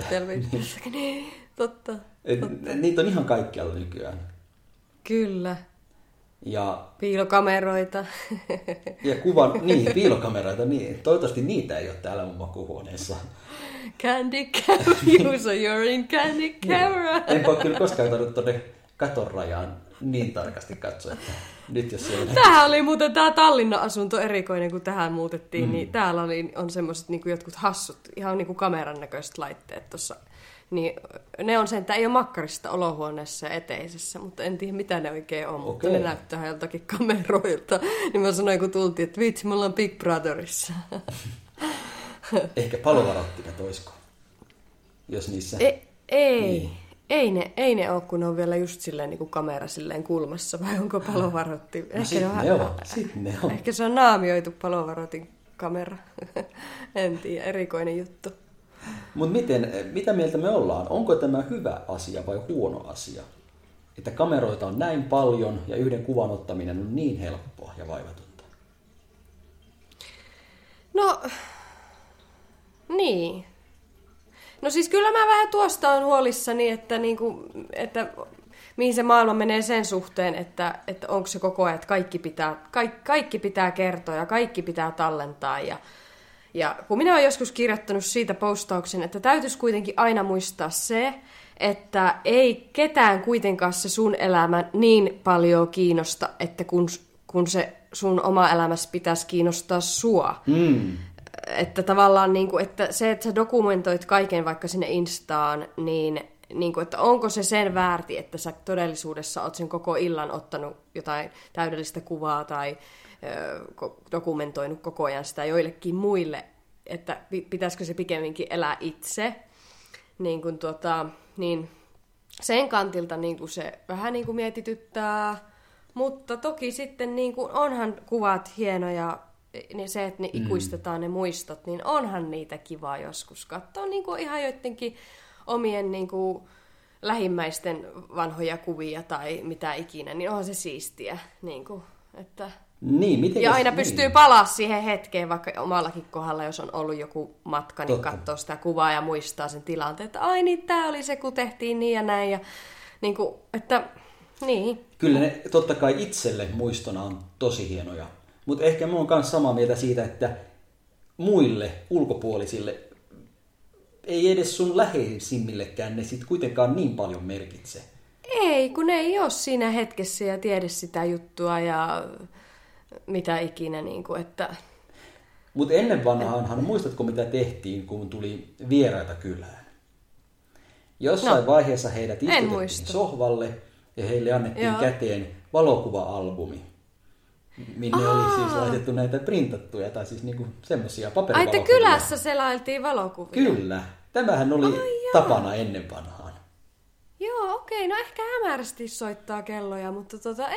televisioissakin. Totta. Niitä on ihan kaikkialla nykyään. Kyllä. Ja piilokameroita. Ja piilokameroita, niin. Toivottavasti niitä ei ole täällä mun makuuhuoneessa. Candy camera, so you're in candy camera. Enpä ole kyllä koskaan tarvinnut tuonne katon rajaan niin tarkasti katsoa, että nyt jos siellä... Tämähän oli muuten tämä Tallinna-asunto erikoinen, kun tähän muutettiin, niin täällä on semmoiset niin jotkut hassut, ihan niin kuin kameran näköiset laitteet tuossa. Niin ne on sen, että ei ole makkarista olohuoneessa ja eteisessä, mutta en tiedä mitä ne oikein on, mutta ne näyttää joltakin kameroilta. Niin mä sanoin, kun tultiin, että vitsi, me ollaan Big Brotherissa. Ehkä palovarottimet oisko, jos niissä... Ei. Niin. Ei ne ole, kun ne on vielä just silleen niin kuin kamera silleen kulmassa, vai onko palovarotti? Sitten ne on. Ehkä se on naamioitu palovarotin kamera. En tiedä, erikoinen juttu. Mutta mitä mieltä me ollaan? Onko tämä hyvä asia vai huono asia? Että kameroita on näin paljon ja yhden kuvan ottaminen on niin helppoa ja vaivatonta. No, niin. No siis kyllä mä vähän tuosta on huolissani, että mihin se maailma menee sen suhteen, että onko se koko ajan, että kaikki pitää kertoa ja kaikki pitää tallentaa. Ja kun minä olen joskus kirjoittanut siitä postauksen, että täytyisi kuitenkin aina muistaa se, että ei ketään kuitenkaan se sun elämä niin paljon kiinnosta, että kun se sun oma elämässä pitäisi kiinnostaa sua. Että tavallaan, niin kuin, että se, että sä dokumentoit kaiken vaikka sinne Instaan, niin kuin, että onko se sen väärti, että sä todellisuudessa oot sen koko illan ottanut jotain täydellistä kuvaa tai dokumentoinut koko ajan sitä joillekin muille, että pitäisikö se pikemminkin elää itse. Niin sen kantilta niin kuin se vähän niin kuin mietityttää, mutta toki sitten niin kuin onhan kuvat hienoja, niin se, että ne ikuistetaan ne muistot, niin onhan niitä kiva joskus katsoa niin kuin ihan joidenkin omien niin kuin lähimmäisten vanhoja kuvia tai mitä ikinä, niin onhan se siistiä. Niin kuin, että... ja aina pystyy palaa siihen hetkeen, vaikka omallakin kohdalla, jos on ollut joku matka, niin katsoo sitä kuvaa ja muistaa sen tilanteen, että ai niin, tää oli se, kun tehtiin niin ja näin. Ja, niin kuin, että, niin. Kyllä ne totta kai itselle muistona on tosi hienoja. Mutta ehkä mä oon myös samaa mieltä siitä, että muille ulkopuolisille ei edes sun läheisimmillekään ne sit kuitenkaan niin paljon merkitse. Ei, kun ne ei ole siinä hetkessä ja tiedä sitä juttua ja mitä ikinä. Niin kuin, että... Mutta ennen vanhaanhan, muistatko mitä tehtiin, kun tuli vieraita kylään? Jossain vaiheessa heidät istutettiin sohvalle ja heille annettiin käteen valokuva-albumi. Minne oli siis laitettu näitä printattuja tai siis niinku semmoisia paperivalokuvia. Ai, että kylässä selailtiin valokuvia? Kyllä. Tämähän oli tapana ennen vanhaan. Joo, okei. No ehkä hämärästi soittaa kelloja, mutta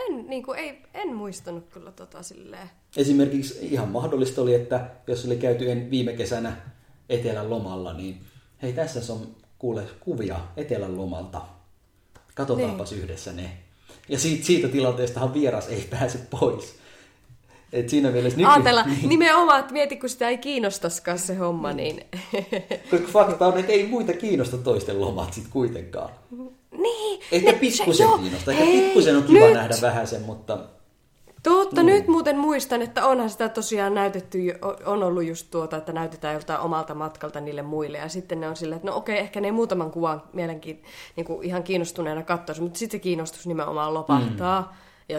en muistanut kyllä silleen. Esimerkiksi ihan mahdollista oli, että jos oli käyty viime kesänä etelän lomalla, niin hei, tässä on kuule kuvia etelän lomalta. Katsotaanpas yhdessä ne. Ja siitä tilanteestahan vieras ei pääse pois. Et siinä mielessä ajatella, nimenomaan, että mieti, kun sitä ei kiinnostaskaan se homma, niin... Koska fakta on, että ei muita kiinnosta toisten lomat sit kuitenkaan. Niin. Ehkä pikkusen kiinnosta. Ehkä pikkusen on kiva nähdä vähäsen, mutta... Totta, nyt muuten muistan, että onhan sitä tosiaan näytetty, on ollut just että näytetään joltain omalta matkalta niille muille. Ja sitten ne on silleen, että no okei, ehkä ne muutaman kuvan niin ihan kiinnostuneena katsoisi, mutta sitten se kiinnostus nimenomaan lopahtaa. Ja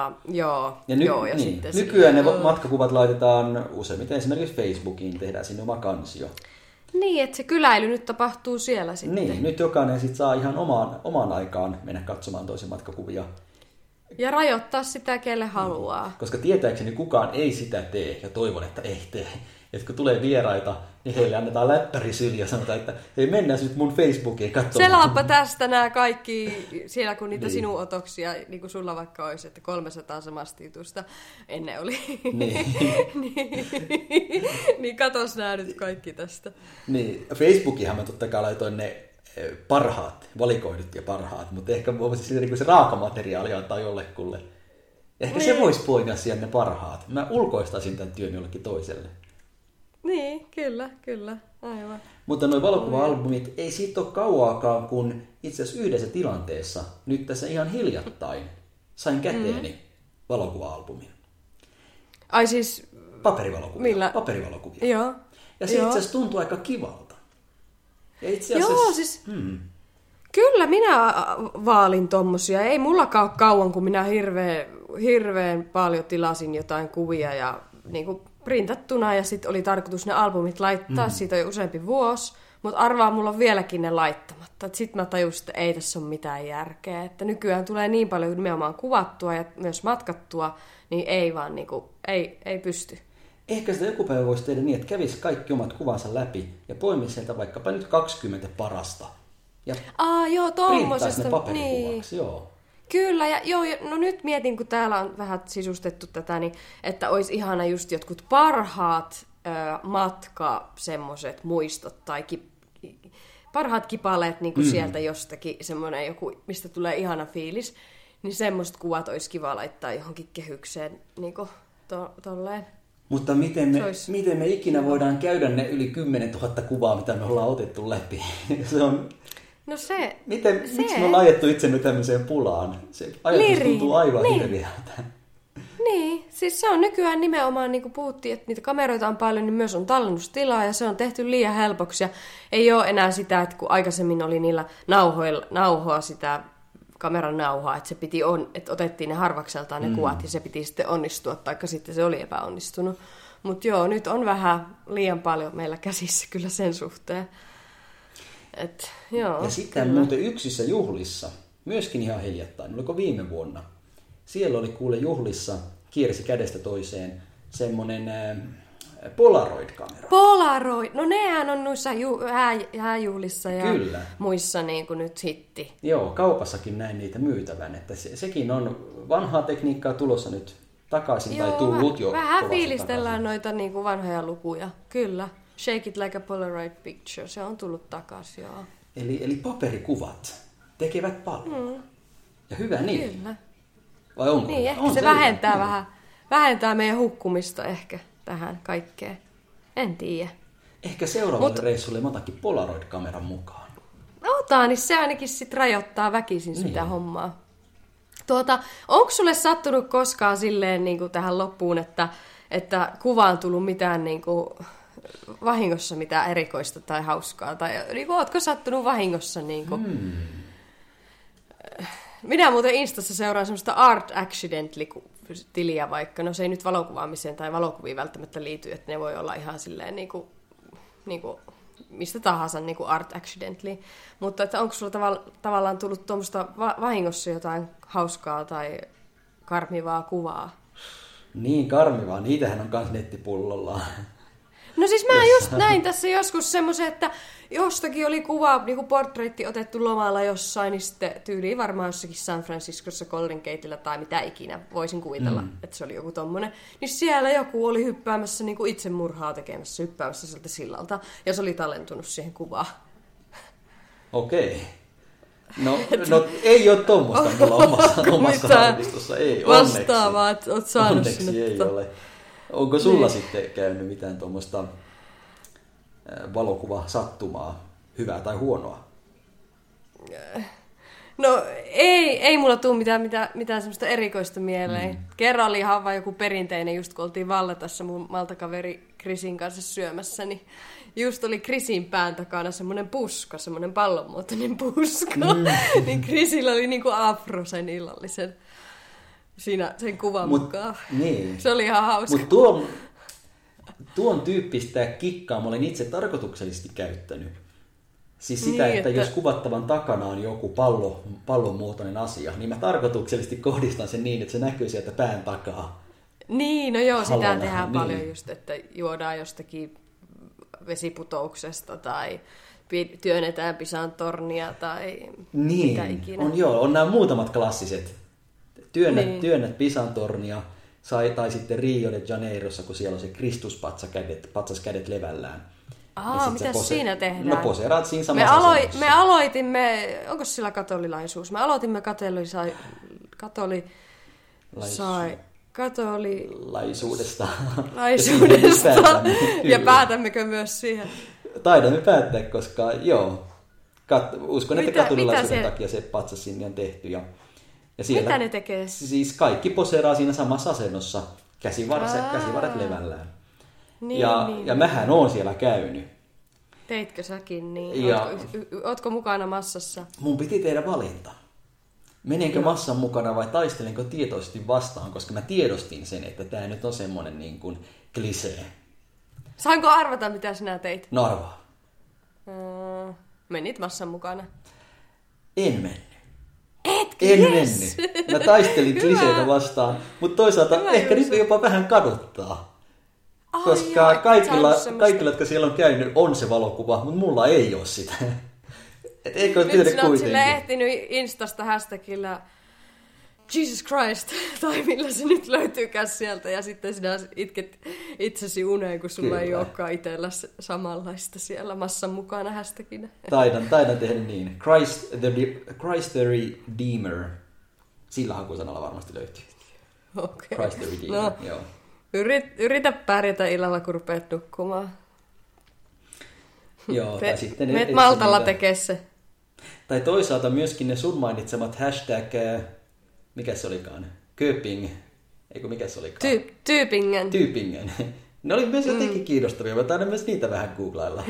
ja sitten nykyään ne matkakuvat laitetaan useimmiten esimerkiksi Facebookiin, tehdään sinne oma kansio. Niin, että se kyläily nyt tapahtuu siellä sitten. Niin, nyt jokainen sit saa ihan omaan aikaan mennä katsomaan toisen matkakuvia. Ja rajoittaa sitä, kelle haluaa. Koska tietääkseni kukaan ei sitä tee, ja toivon, että ei tee. Että kun tulee vieraita, niin heille annetaan läppäri syliin ja sanotaan, että hei, mennään nyt mun Facebookiin katsomaan. Selaappa tästä nämä kaikki, siellä kun niitä sinun otoksia, niin kuin sulla vaikka olisi, että 300 samastitusta ennen oli. Niin katos nämä nyt kaikki tästä. Niin, Facebookiinhan mä totta kai laitoin ne parhaat, valikoidut ja parhaat, mutta ehkä voisi se raakamateriaali antaa jollekulle. Ehkä se voisi poimia siellä ne parhaat. Mä ulkoistaisin tämän työn jollekin toiselle. Niin, kyllä, aivan. Mutta nuo valokuva-albumit, ei siitä ole kauaakaan, kun itse asiassa yhdessä tilanteessa, nyt tässä ihan hiljattain, sain käteeni valokuva-albumin. Ai siis... Paperivalokuvia. Millä? Paperivalokuvia. Joo. Ja se itse asiassa tuntui aika kivalta. Ja itse asiassa... Joo, siis... Kyllä minä vaalin tommosia. Ei mullakaan ole kauan, kun minä hirveän paljon tilasin jotain kuvia ja niinku printattuna. Ja sitten oli tarkoitus ne albumit laittaa. Siitä on jo useampi vuosi. Mutta arvaa, mulla on vieläkin ne laittamatta. Sitten mä tajusin, että ei tässä ole mitään järkeä. Että nykyään tulee niin paljon nimenomaan kuvattua ja myös matkattua, niin ei vaan niinku, ei pysty. Ehkä sitä joku päivä voisi tehdä niin, että kävisi kaikki omat kuvansa läpi ja poimisi sieltä vaikkapa nyt 20 parasta. Ja joo, tommosesta. Ne paperikuvaksi, niin. joo. Kyllä, ja joo, no nyt mietin, kun täällä on vähän sisustettu tätä, niin että olisi ihana just jotkut parhaat semmoiset muistot tai parhaat kipaleet niin kuin sieltä jostakin, semmoinen joku, mistä tulee ihana fiilis, niin semmoiset kuvat olisi kiva laittaa johonkin kehykseen niin kuin tolleen. Mutta miten me ikinä voidaan käydä ne yli 10 000 kuvaa, mitä me ollaan otettu läpi? Se on... No se... Miksi me ollaan ajettu itsemme tämmöiseen pulaan? Se ajatus tuntuu aivan hirveältä. Niin, siis se on nykyään nimenomaan, niin kuin puhuttiin, että niitä kameroita on paljon, niin myös on tallennustilaa ja se on tehty liian helpoksi. Ja ei ole enää sitä, että kun aikaisemmin oli niillä nauhoa sitä kameran nauhaa, että se piti että otettiin ne harvakseltaan ne kuvat ja se piti sitten onnistua, taikka sitten se oli epäonnistunut. Mutta joo, nyt on vähän liian paljon meillä käsissä kyllä sen suhteen. Ja sitten muuten yksissä juhlissa, myöskin ihan hiljattain, oliko viime vuonna, siellä oli kuule juhlissa, kiersi kädestä toiseen, semmoinen Polaroid-kamera. Polaroid, no nehän on noissa hääjuhlissa ja Kyllä. muissa niin kuin nyt hitti. Joo, kaupassakin näin niitä myytävän, että sekin on vanhaa tekniikkaa tulossa nyt takaisin tai tullut jo. Vähän fiilistellään noita niin kuin vanhoja lukuja, kyllä. Shake it like a Polaroid picture, se on tullut takaisin, joo. Eli paperikuvat tekevät paljon. Ja hyvä niin. Kyllä. Vai onko? Niin, ehkä on se vähentää meidän hukkumista ehkä tähän kaikkeen. En tiedä. Ehkä seuraavalle reissulle mä otankin Polaroid-kameran mukaan. Otan, niin se ainakin sit rajoittaa väkisin sitä hommaa. Onko sulle sattunut koskaan silleen niin kuin tähän loppuun, että kuvaan tullut mitään niin kuin, vahingossa mitään erikoista tai hauskaa? Tai niin kuin, ootko sattunut vahingossa? Niin kuin, minä muuten Instassa seuraan semmoista Art Accidentally-tiliä vaikka. No se ei nyt valokuvaamiseen tai valokuviin välttämättä liity, että ne voi olla ihan silleen niin kuin mistä tahansa niin kuin Art Accidentally. Mutta että onko sulla tavallaan tullut tuommoista vahingossa jotain hauskaa tai karmivaa kuvaa? Niin karmivaa, niitähän on kans nettipullollaan. No siis mä just näin tässä joskus semmoisen, että jostakin oli kuva, niin kuin portreitti otettu lomalla jossain, niin sitten tyyliin varmaan jossakin San Franciscossa Golden Gateillä tai mitä ikinä voisin kuvitella, että se oli joku tommonen. Niin siellä joku oli hyppäämässä niin kuin itsemurhaa tekemässä, hyppäämässä sieltä sillalta, ja se oli tallentunut siihen kuvaan. Okei. No ei ole tommoista mulla omassa arkistossa, ei onneksi. Vastaavaa, että oot saanut onneksi sinne. Ei ole. Onko sulla sitten käynyt mitään tuommoista valokuvasattumaa, hyvää tai huonoa? No ei mulla tule mitään semmoista erikoista mieleen. Kerran oli ihan vaan joku perinteinen, just kun oltiin Valletassa mun maltakaveri Krisin kanssa syömässä, niin just oli Krisin pään takana semmoinen puska, semmoinen pallonmuotoinen puska. Niin Krisillä oli niinku afro sen illallisen. Siinä sen kuvan mukaan. Niin. Se oli ihan hauska. Mutta tuon tyyppistä kikkaa mä olen itse tarkoituksellisesti käyttänyt. Siis sitä, niin, että jos kuvattavan takana on joku pallonmuotoinen asia, niin mä tarkoituksellisesti kohdistan sen niin, että se näkyy sieltä pään takaa. Niin, no joo, sitä tehdään niin. paljon just, että juodaan jostakin vesiputouksesta tai työnnetään Pisan tornia tai niin. mitä ikinä. On nämä muutamat klassiset. Työnnät Pisan tornia, tai sitten Rio de Janeirossa, kun siellä on se Kristuspatsas kädet levällään. Mitä siinä tehdään? No poseeraat siinä samassa asennossa. Me aloitimme, onko sillä katolilaisuus? Me aloitimme katolilaisuudesta. Ja päätämmekö myös siihen? Taidamme päättää, koska joo, uskon, että katolilaisuuden takia se patsas sinne on tehty. Ja siellä, mitä ne tekee? Siis kaikki poseeraa siinä samassa asennossa, käsivarret levällään. Niin, ja mähän oon siellä käynyt. Teitkö säkin niin? Ootko mukana massassa? Mun piti tehdä valinta. Menenkö massan mukana vai taistelenko tietoisesti vastaan, koska mä tiedostin sen, että tää nyt on semmonen niin kuin klisee. Saanko arvata, mitä sinä teit? No arvaa. Menit massan mukana? En mennyt. En mennyt. Mä taistelin kliseitä vastaan, mutta toisaalta ehkä nyt jopa vähän kaduttaa. Koska kaikilla, jotka siellä on käynyt, on se valokuva, mutta mulla ei ole sitä. Et eikö nyt sinä oot silleen ehtinyt Instasta hashtagillä Jesus Christ, tai millä se nyt löytyykään sieltä, ja sitten sinä itket itsesi uneen, kun sulla ei olekaan itsellä samanlaista siellä massan mukana hashtagina. Taidan tehdä niin. Christ the Redeemer. Sillä hakusanalla varmasti löytyy. Okay. Christ the Redeemer, no, joo. Yritä pärjätä illalla, kun rupeat nukkumaan. Joo, tai sitten... Meet Maltalla tekee se. Tai toisaalta myöskin ne sun mainitsemat hashtag... Mikä se olikaan? Köping. Eikö mikä se olikaan? Tyypingen. Ne oli myös jotenkin kiinnostavia. Mä taidan myös niitä vähän googlailla.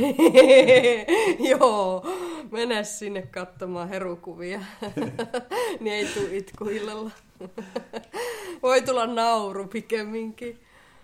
Joo, mene sinne katsomaan herukuvia. Niin ei tule itku illalla. Voi tulla nauru pikemminkin.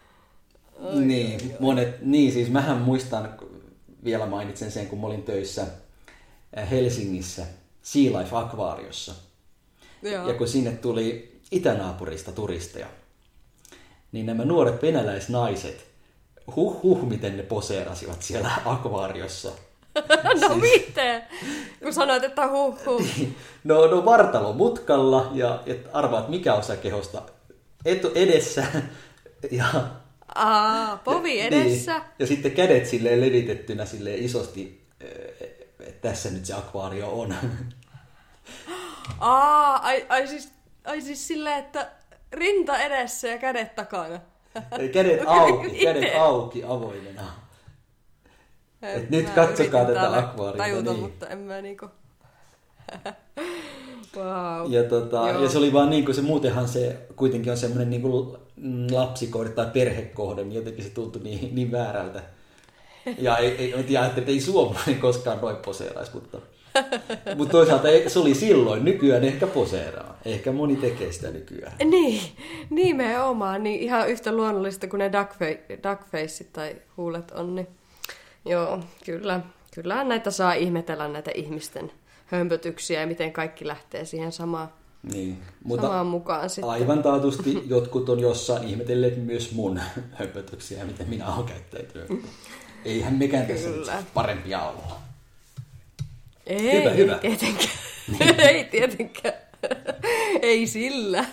Niin, siis mähän muistan, vielä mainitsen sen, kun mä olin töissä Helsingissä Sea Life Aquariossa. Ja kun sinne tuli itänaapurista turisteja, niin nämä nuoret venäläisnaiset, miten ne poseerasivat siellä akvaariossa. No miten? Kun sanoit, että No vartalo mutkalla ja arvaat mikä osa kehosta edessä. Povi edessä. Niin, ja sitten kädet silleen levitettynä silleen isosti, että tässä nyt se akvaario on. Siis silleen, että rinta edessä ja kädet takana. Kädet auki avoimena. Et nyt katsokaa tätä akvaariota. Tajuta, niin. mutta en mä niinku... Wow. Ja se oli vaan niinku se, muutenhan se kuitenkin on semmoinen niinku lapsikohde tai perhekohde, niin jotenkin se tuntui niin väärältä. Ja ajattelin, että ei suomalainen koskaan noin poseeraisi, mutta toisaalta se oli silloin, nykyään ehkä poseeraa. Ehkä moni tekee sitä nykyään. Niin, nimenomaan, niin ihan yhtä luonnollista kuin ne duckfaceit tai huulet on. Niin. Joo, kyllähän näitä saa ihmetellä, näitä ihmisten hömpötyksiä ja miten kaikki lähtee siihen samaan mukaan sitten. Aivan taatusti jotkut on jossain ihmetelleet myös mun hömpötyksiä, miten minä olen käyttäytynyt. Eihän mekään tässä parempia olla. Ei hyvä. Tietenkään. Ei tietenkään. Ei sillä.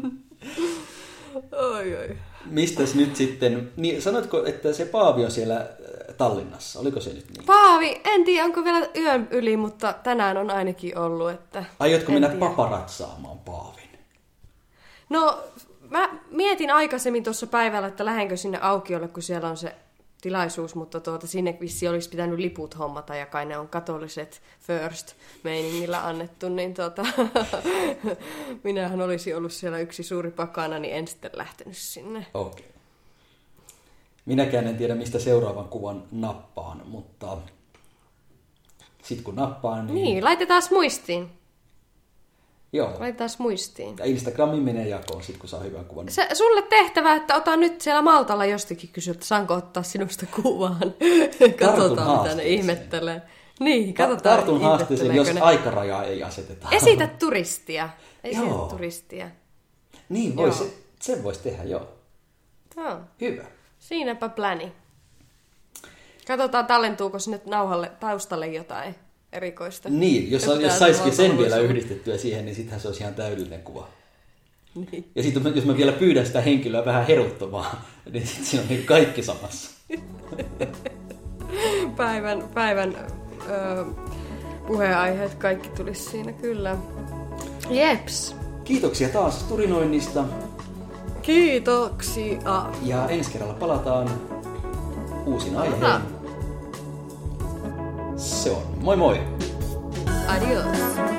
Oi. Mistäs nyt sitten, niin sanotko, että se Paavi on siellä Tallinnassa, oliko se nyt niin? Paavi, en tiedä onko vielä yön yli, mutta tänään on ainakin ollut, että... Aiotko mennä paparatsaamaan Paavin? No, mä mietin aikaisemmin tuossa päivällä, että lähdenkö sinne aukiolle, kun siellä on se tilaisuus, mutta sinne vissi olisi pitänyt liput hommata, ja kai ne on katoliset first meiningillä annettu, niin minähän olisi ollut siellä yksi suuri pakana, niin en sitten lähtenyt sinne. Okei. Minäkään en tiedä, mistä seuraavan kuvan nappaan, mutta sitten kun nappaan, niin... Niin, laitetaan muistiin. Joo. Laitetaan muistiin. Ja Instagramiin menee jakoon sit, kun saa hyvän kuvan. Sulle tehtävä, että ota nyt siellä Maltalla jostakin kysyä, että saanko ottaa sinusta kuvan. Katsotaan, mitä ne ihmettelee. Niin, katsotaan. Tartun haasteeseen, jos aikarajaa ei aseteta. Esitä turistia. Turistia. Niin, sen voisi tehdä, joo. Hyvä. Siinäpä pläni. Katsotaan, tallentuuko sinne nauhalle taustalle jotain erikoista. Niin, jos saisikin sen vielä yhdistettyä siihen, niin sittenhän se olisi ihan täydellinen kuva. Niin. Ja sitten jos mä vielä pyydän sitä henkilöä vähän heruttamaan, niin sitten siinä on niin kaikki samassa. Päivän puheenaiheet kaikki tulisi siinä kyllä. Jeps. Kiitoksia taas turinoinnista. Kiitoksia. Ja ensi kerralla palataan uusin aiheen. Se on. Moi moi! Adios.